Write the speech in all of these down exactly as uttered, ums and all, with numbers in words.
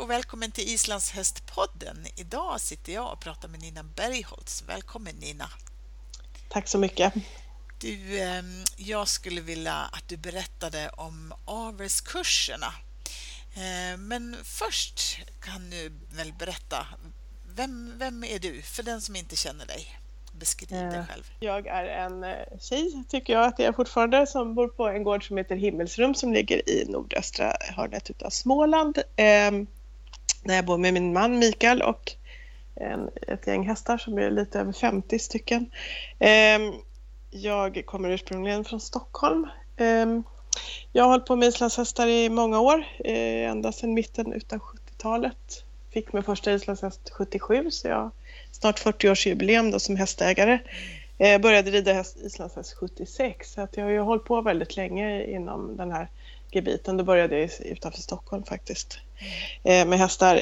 och välkommen till Islands hästpodden. Idag sitter jag och pratar med Nina Bergholtz. Välkommen Nina. Tack så mycket. Du, eh, jag skulle vilja att du berättade om avelskurserna. Eh, men först kan du väl berätta, vem, vem är du för den som inte känner dig? Beskriv dig själv. Jag är en tjej, tycker jag att jag är fortfarande, som bor på en gård som heter Himmelsrum som ligger i nordöstra hörnet utav Småland. Eh, där jag bor med min man Mikael och en, ett gäng hästar som är lite över femtio stycken. Eh, jag kommer ursprungligen från Stockholm. Eh, jag har hållit på med islandshästar i många år, eh, ända sedan mitten utav sjuttiotalet. Fick min första islandshäst sjuttiosju, så jag snart fyrtio-årsjubileum då som hästägare. Jag började rida häst, islandshäst sjuttiosex, så att jag har ju hållit på väldigt länge inom den här gebiten. Då började jag utanför Stockholm faktiskt med hästar.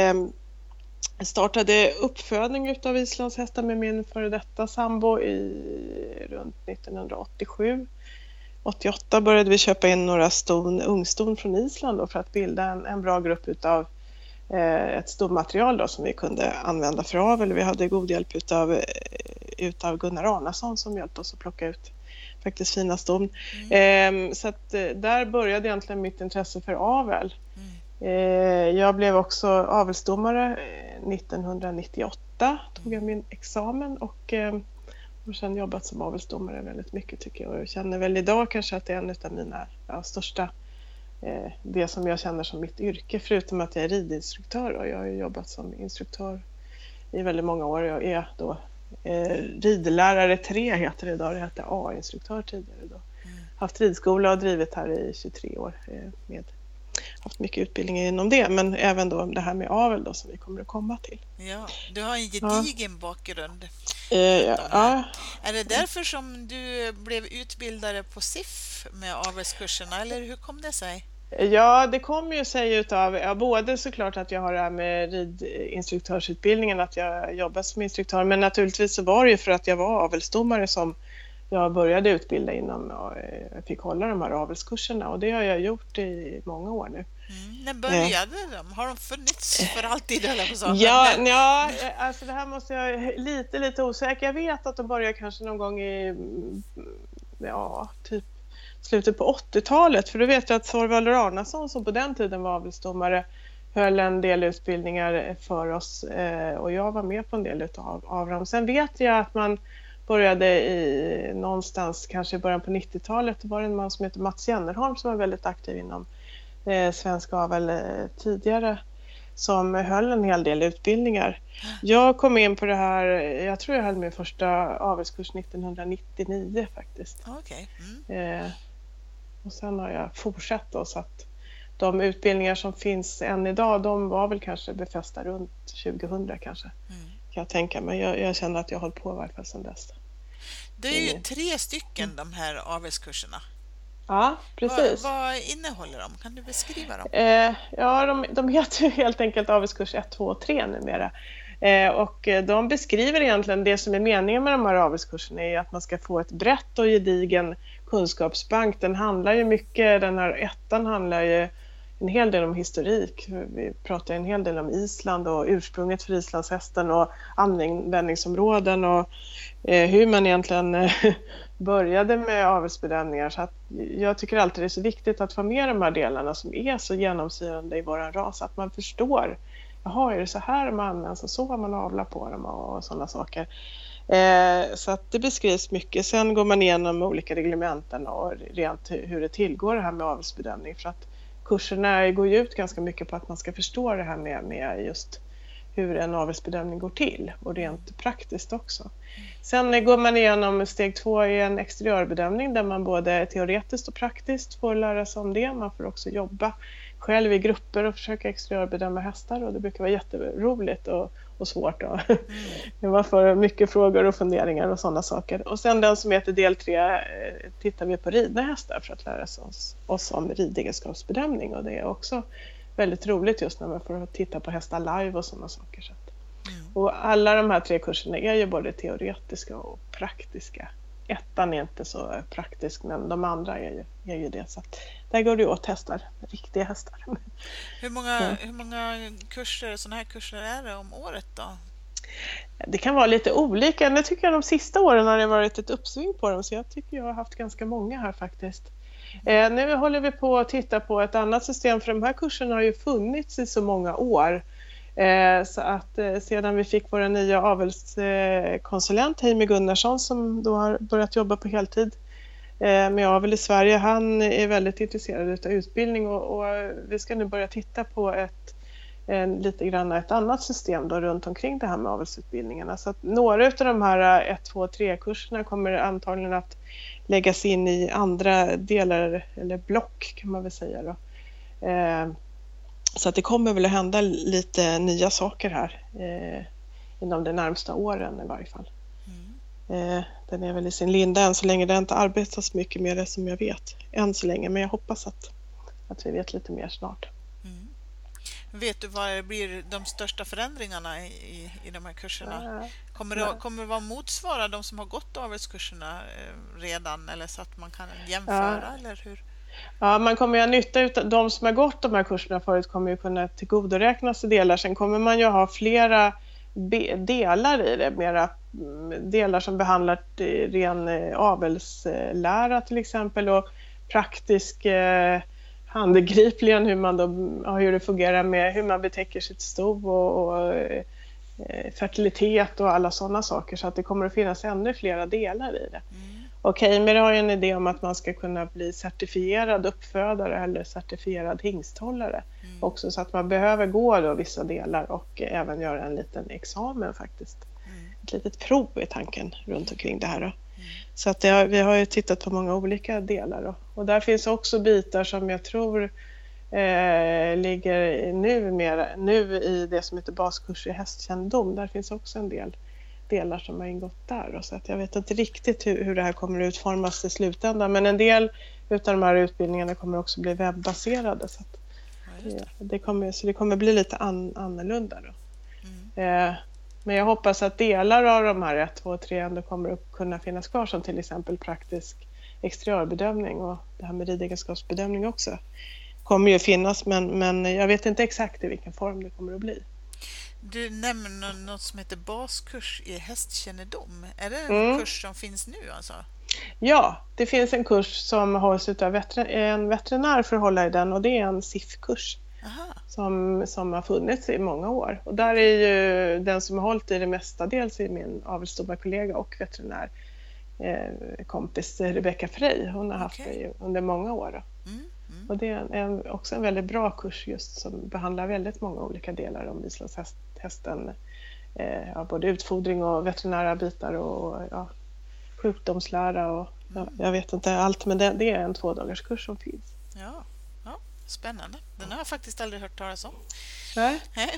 Jag startade uppfödning utav islandshästar med min före detta sambo i runt nittonhundraåttiosju. åttioåtta började vi köpa in några ston, ungston från Island då, för att bilda en, en bra grupp utav ett stommaterial då som vi kunde använda för avel. Vi hade god hjälp utav, utav Gunnar Arnason som hjälpte oss att plocka ut faktiskt fina ston. Mm. Så att där började egentligen mitt intresse för avel. Mm. Jag blev också avelsdomare nittonhundranittioåtta, tog jag min examen och har sedan jobbat som avelsdomare väldigt mycket tycker jag. Och jag känner väl idag kanske att det är en av mina ja, största det som jag känner som mitt yrke, förutom att jag är ridinstruktör, och jag har jobbat som instruktör i väldigt många år. Jag är då eh, ridlärare tre heter det idag, det hette A-instruktör tidigare då. Mm. Haft ridskola och drivit här i tjugotre år, eh, med haft mycket utbildning inom det, men även då det här med avel då som vi kommer att komma till. Ja, du har en gedigen ja. bakgrund. Eh, ja. Är det därför som du blev utbildare på S I F med avelskurserna, eller hur kom det sig? Ja, det kommer ju sig utav, ja, både såklart att jag har det här med ridinstruktörsutbildningen, att jag jobbar som instruktör, men naturligtvis så var det ju för att jag var avelsdomare som jag började utbilda inom, jag fick hålla de här avelskurserna, och det har jag gjort i många år nu. Mm, när började de? Har de funnits för alltid eller på sånt? Ja, ja, alltså det här måste jag lite, lite osäker. Jag vet att de började kanske någon gång i, ja, typ slutet på åttiotalet, för då vet jag att Thorvald Arnason som på den tiden var avelsdomare höll en del utbildningar för oss, och jag var med på en del av, av dem. Sen vet jag att man började i någonstans kanske i början på nittiotalet. Det var en man som heter Mats Jennerholm som var väldigt aktiv inom eh, svensk avel eh, tidigare, som höll en hel del utbildningar. Jag kom in på det här, jag tror jag höll min första avelskurs nittonhundranittionio faktiskt. Okay. Mm. Eh, och sen har jag fortsatt då, så att de utbildningar som finns än idag, de var väl kanske befästa runt tjugohundra kanske. Mm. Kan jag tänka mig. Jag, jag känner att jag har hållit på i varje fall sedan dess. Det är ju tre stycken mm. de här avelskurserna. Ja, precis. Vad, vad innehåller de? Kan du beskriva dem? Eh, ja, de, de heter helt enkelt avelskurs ett, två och tre numera. Eh, och de beskriver egentligen det som är meningen med de här avelskurserna, är att man ska få ett brett och gedigen kunskapsbank. Den handlar ju mycket, den här ettan handlar ju en hel del om historik. Vi pratar en hel del om Island och ursprunget för islandshästen och användningsområden och eh, hur man egentligen eh, började med avelsbedömningar. Så att jag tycker alltid det är så viktigt att få med de här delarna som är så genomsyrande i våran ras, att man förstår, jaha, är det så här man används och så har man avlar på dem och sådana saker. Eh, så att det beskrivs mycket. Sen går man igenom olika reglementen och rent hur det tillgår det här med avelsbedömning, för att kurserna går ju ut ganska mycket på att man ska förstå det här med, med just hur en avelsbedömning går till, och rent praktiskt också. Sen går man igenom steg två i en exteriörbedömning där man både teoretiskt och praktiskt får lära sig om det. Man får också jobba själv i grupper och försöka exteriörbedöma hästar, och det brukar vara jätteroligt och, och svårt. Då. Mm. Man får mycket frågor och funderingar och sådana saker. Och sen den som heter del tre tittar vi på ridna hästar för att lära oss, oss om ridegenskapsbedömning, och det är också väldigt roligt just när man får titta på hästar live och sådana saker. Så att, mm. Och alla de här tre kurserna är ju både teoretiska och praktiska ettan är inte så praktisk, men de andra är ju, är ju det. Så att där går det åt hästar, riktiga hästar. Hur många, ja. hur många kurser, sådana här kurser är det om året då? Det kan vara lite olika. Nu tycker jag de sista åren har det varit ett uppsving på dem, så jag tycker jag har haft ganska många här faktiskt. Eh, nu håller vi på att titta på ett annat system, för de här kurserna har ju funnits i så många år. Eh, så att eh, sedan vi fick vår nya avelskonsulent eh, Heimi Gunnarsson, som då har börjat jobba på heltid eh, med avel i Sverige, han är väldigt intresserad av utbildning, och, och vi ska nu börja titta på ett eh, lite grann ett annat system då runt omkring det här med avelsutbildningarna. Så att några av de här ett, två, tre kurserna kommer antagligen att läggas in i andra delar eller block, kan man väl säga då. Eh, Så att det kommer väl att hända lite nya saker här eh, inom de närmsta åren i varje fall. Mm. Eh, den är väl i sin linda än så länge. Det har inte arbetats mycket med det som jag vet än så länge. Men jag hoppas att, att vi vet lite mer snart. Mm. Vet du vad det blir de största förändringarna i, i, i de här kurserna? Ja. Kommer, det, kommer det vara motsvara de som har gått avelskurserna eh, redan? Eller så att man kan jämföra, ja. Eller hur? Ja, man kommer ju ha nytta utav de som har gått de här kurserna förut, kommer ju kunna tillgodoräkna sig delar. Sen kommer man ju ha flera be- delar i det, mera delar som behandlar ren avelslära till exempel, och praktisk eh, handgripligen hur man då, hur det fungerar med hur man betäcker sitt sto och, och eh, fertilitet och alla sådana saker, så att det kommer att finnas ännu flera delar i det. Mm. Och Heimi har ju en idé om att man ska kunna bli certifierad uppfödare eller certifierad hingsthållare mm. också, så att man behöver gå då vissa delar och även göra en liten examen faktiskt. Mm. Ett litet prov i tanken runt omkring det här då. Mm. Så att har, vi har ju tittat på många olika delar då. Och där finns också bitar som jag tror eh, ligger nu, mer, nu i det som heter baskurs i hästkännedom. Där finns också en del delar som har ingått där. Så att jag vet inte riktigt hur, hur det här kommer att utformas i slutändan. Men en del utav de här utbildningarna kommer också bli webbaserade. Så, att det, det, kommer, så det kommer bli lite an, annorlunda då. Mm. Eh, men jag hoppas att delar av de här ett, två, tre ändå kommer att kunna finnas kvar, som till exempel praktisk exteriörbedömning, och det här med ridegenskapsbedömning också kommer ju finnas, men, men jag vet inte exakt i vilken form det kommer att bli. Du nämner något som heter baskurs i hästkännedom. Är det en mm. kurs som finns nu alltså? Ja, det finns en kurs som hålls av en veterinär för att hålla i den, och det är en S I F-kurs som, som har funnits i många år. Och där är ju den som har hållit i det mestadels är min avelsdomarkollega och veterinär eh, kompis Rebecka Frey. Hon har haft okay. det under många år då. Mm. Mm. Och det är en, en, också en väldigt bra kurs just som behandlar väldigt många olika delar om islandshästen. Eh, ja, både utfodring och veterinära bitar och ja, sjukdomslära och mm. ja, jag vet inte allt, men det, det är en två dagars kurs som finns. Ja, ja, spännande. Den har jag faktiskt aldrig hört talas om. Nej.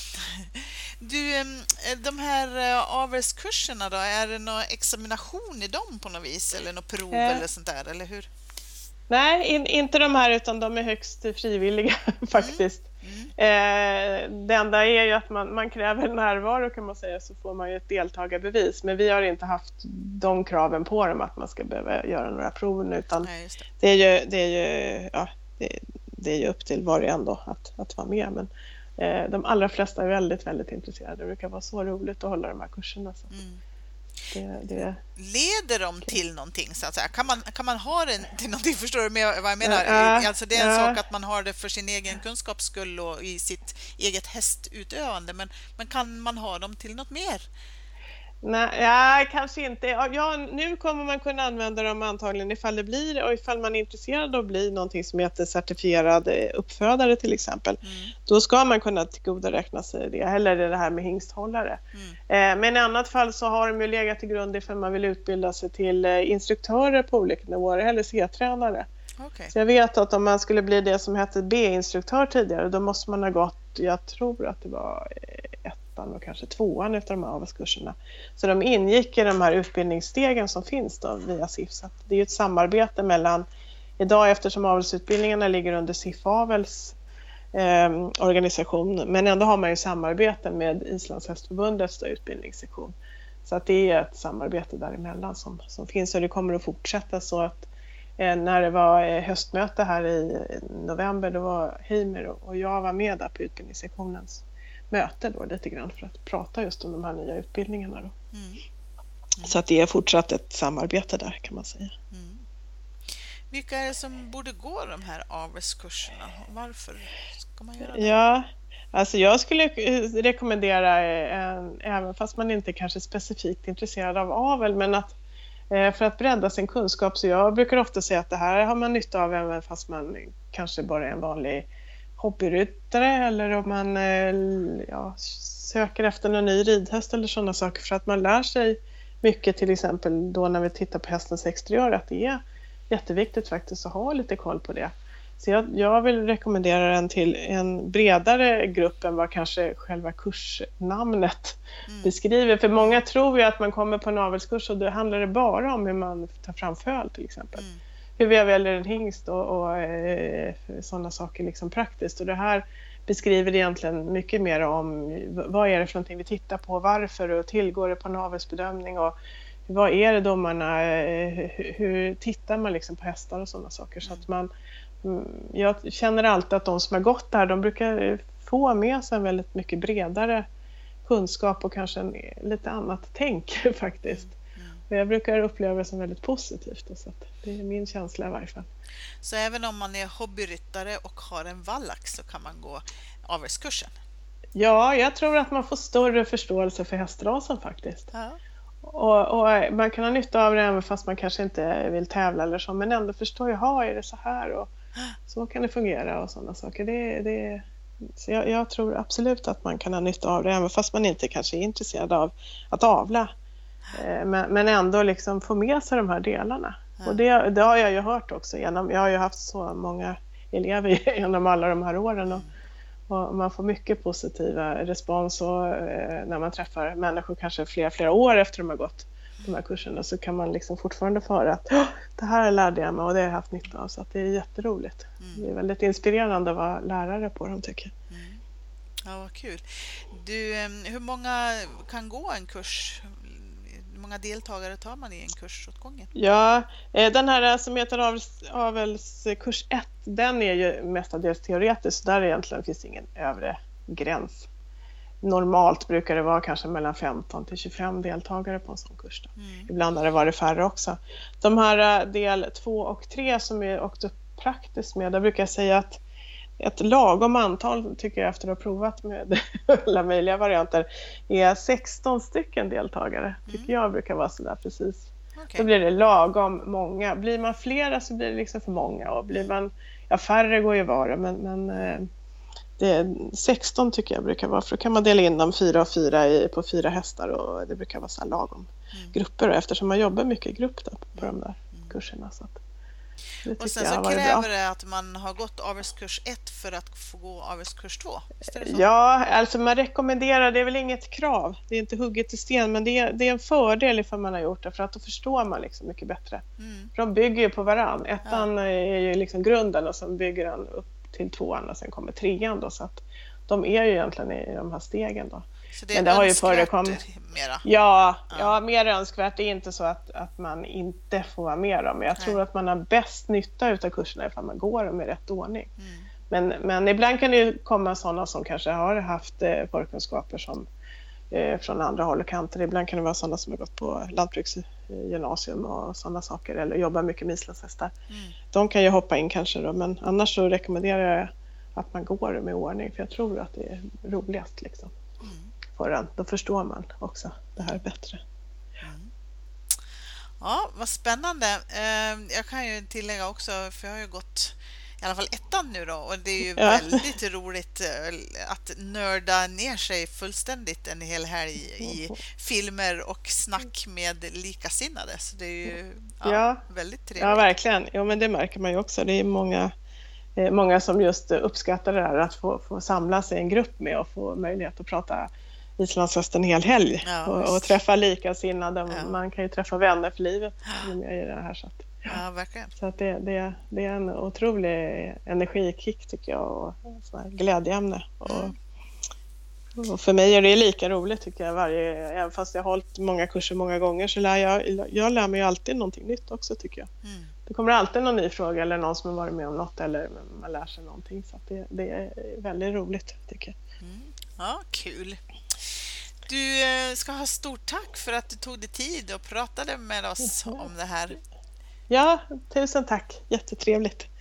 Du, de här avelskurserna då, är det någon examination i dem på något vis eller något prov äh. eller sånt där, eller hur? Nej, in, inte de här, utan de är högst frivilliga faktiskt. Mm. Mm. Eh, det enda är ju att man, man kräver närvaro, kan man säga, så får man ju ett deltagarbevis. Men vi har inte haft de kraven på dem att man ska behöva göra några prov, utan Nej, det. Det, är ju, det, är ju, ja, det, det är ju upp till var och en då att, att vara med. Men eh, de allra flesta är väldigt, väldigt intresserade. Det brukar vara så roligt att hålla de här kurserna. Så. Mm. Det, det... Leder de till någonting så att säga? Kan man, kan man ha det till någonting, förstår du vad jag menar? Äh, alltså det är en äh. sak att man har det för sin egen kunskaps skull och i sitt eget hästutövande, men, men kan man ha dem till något mer? Nej, ja, kanske inte. Ja, nu kommer man kunna använda dem antagligen ifall det blir, och ifall man är intresserad av att bli någonting som heter certifierad uppfödare till exempel. Mm. Då ska man kunna tillgodoräkna sig det, eller det här med hingsthållare. Mm. Eh, men i annat fall så har de ju legat till grund ifall man vill utbilda sig till instruktörer på olika nivåer, eller C-tränare. Okay. Så jag vet att om man skulle bli det som hette B-instruktör tidigare, då måste man ha gått, jag tror att det var ett och kanske tvåan efter de här avelskurserna. Så de ingick i de här utbildningsstegen som finns då via S I F. Så det är ju ett samarbete mellan, idag eftersom avelsutbildningarna ligger under S I F-avels eh, organisation, men ändå har man ju samarbete med Islandshästförbundets utbildningssektion. Så att det är ett samarbete däremellan som, som finns, och det kommer att fortsätta så att eh, när det var eh, höstmöte här i november, då var Heimer och jag var med där på utbildningssektionens möte då lite grann för att prata just om de här nya utbildningarna då. Mm. Mm. Så att det är fortsatt ett samarbete där, kan man säga. Mm. Vilka är det som borde gå de här avelskurserna? Varför ska man göra det? Ja, alltså jag skulle rekommendera, en, även fast man inte kanske är specifikt intresserad av avel, men att för att bredda sin kunskap, så jag brukar ofta säga att det här har man nytta av även fast man kanske bara är en vanlig hobbyryttare, eller om man ja, söker efter en ny ridhäst eller sådana saker, för att man lär sig mycket, till exempel då när vi tittar på hästens exteriör, att det är jätteviktigt faktiskt att ha lite koll på det. Så jag, jag vill rekommendera den till en bredare grupp än vad kanske själva kursnamnet mm. beskriver. För många tror ju att man kommer på en avelskurs och då handlar det bara om hur man tar fram föl till exempel. Mm. Hur vi väljer en hingst och, och eh, sådana saker liksom praktiskt. Och det här beskriver egentligen mycket mer om vad är det för någonting vi tittar på, varför och tillgår det på en avelsbedömning och vad är det domarna, hur tittar man liksom på hästar och sådana saker. Så att man, jag känner alltid att de som har gått där, de brukar få med sig en väldigt mycket bredare kunskap och kanske en, lite annat tänk faktiskt. Mm. Och jag brukar uppleva det som väldigt positivt, så att det är min känsla i varje fall. Så även om man är hobbyryttare och har en vallax så kan man gå avelskursen? Ja, jag tror att man får större förståelse för hästrasen faktiskt. Ja. Och, och man kan ha nytta av det även fast man kanske inte vill tävla eller så, men ändå förstå, jaha, är det så här och så kan det fungera och sådana saker. Det, det, så jag, jag tror absolut att man kan ha nytta av det även fast man inte kanske är intresserad av att avla. Men, men ändå liksom få med sig de här delarna. Ja. Och det, det har jag ju hört också genom, jag har ju haft så många elever genom alla de här åren och Och man får mycket positiva respons och eh, när man träffar människor kanske flera, flera år efter de har gått de här kurserna, så kan man liksom fortfarande få höra att det här lärde jag mig och det har jag haft nytta av, så att det är jätteroligt. Mm. Det är väldigt inspirerande att vara lärare på dem, tycker jag. Mm. Ja, vad kul. Du, hur många kan gå en kurs? Hur många deltagare tar man i en kurs åt gången? Ja, den här som heter avels, avelskurs ett, den är ju mestadels teoretisk, så där egentligen finns ingen övre gräns. Normalt brukar det vara kanske mellan femton till tjugofem deltagare på en sån kurs. Mm. Ibland har det varit färre också. De här del två och tre som är också praktiskt med, där brukar jag säga att ett lagom antal, tycker jag efter att ha provat med alla möjliga varianter, är sexton stycken deltagare. Tycker mm. jag brukar vara sådär precis. Okay. Då blir det lagom många. Blir man flera så blir det liksom för många. Och blir man, ja, färre går ju vara, men, men det, sexton tycker jag brukar vara. För då kan man dela in dem fyra och fyra i, på fyra hästar, och det brukar vara så här lagom mm. grupper. Eftersom man jobbar mycket i grupp då, på de där mm. kurserna. Så att och sen så kräver det att man har gått avelskurs ett för att få gå avelskurs två. Ja, alltså man rekommenderar, det är väl inget krav. Det är inte hugget i sten, men det är, det är en fördel ifall man har gjort det, för att då förstår man liksom mycket bättre. Mm. För de bygger ju på varann. Ettan ja. är ju liksom grunden och sen bygger den upp till tvåan och sen kommer trean då, så att de är ju egentligen i de här stegen då. Så det är men det har ju förekommit mera? Ja, ja. ja, mer önskvärt. Det är inte så att, att man inte får vara med dem. Men jag Nej. tror att man har bäst nytta av kurserna ifall man går dem i rätt ordning. Mm. Men, men ibland kan det ju komma sådana som kanske har haft eh, förkunskaper som, eh, från andra håll och kanter. Ibland kan det vara sådana som har gått på lantbruksgymnasium och sådana saker, eller jobbar mycket med islandshästar. Mm. De kan ju hoppa in kanske då, men annars så rekommenderar jag att man går med ordning, för jag tror att det är roligast liksom. Mm. För den. Då förstår man också det här bättre. Mm. Ja, vad spännande. Jag kan ju tillägga också, för jag har ju gått i alla fall ettan nu då, och det är ju ja. väldigt roligt att nörda ner sig fullständigt en hel helg i filmer och snack med likasinnade. Så det är ju ja, ja. väldigt trevligt. Ja, verkligen. Jo, men det märker man ju också. Det är många många som just uppskattar det här att få, få samla sig i en grupp med och få möjlighet att prata islandshäst en hel helg ja, och, och träffa likasinnade. Ja. Man kan ju träffa vänner för livet ja. i det här. Så att, ja, verkligen. Så att det, det, det är en otrolig energikick tycker jag, och sån här glädjeämne. Och, mm. Och för mig är det lika roligt tycker jag. Varje, även fast jag har hållit många kurser många gånger så lär jag, jag lär mig alltid någonting nytt också tycker jag. Mm. Det kommer alltid någon ny fråga eller någon som har varit med om något eller man lär sig någonting. Så att det, det är väldigt roligt tycker jag. Mm. Ja, kul. Du ska ha stort tack för att du tog dig tid och pratade med oss om det här. Ja, tusen tack. Jättetrevligt.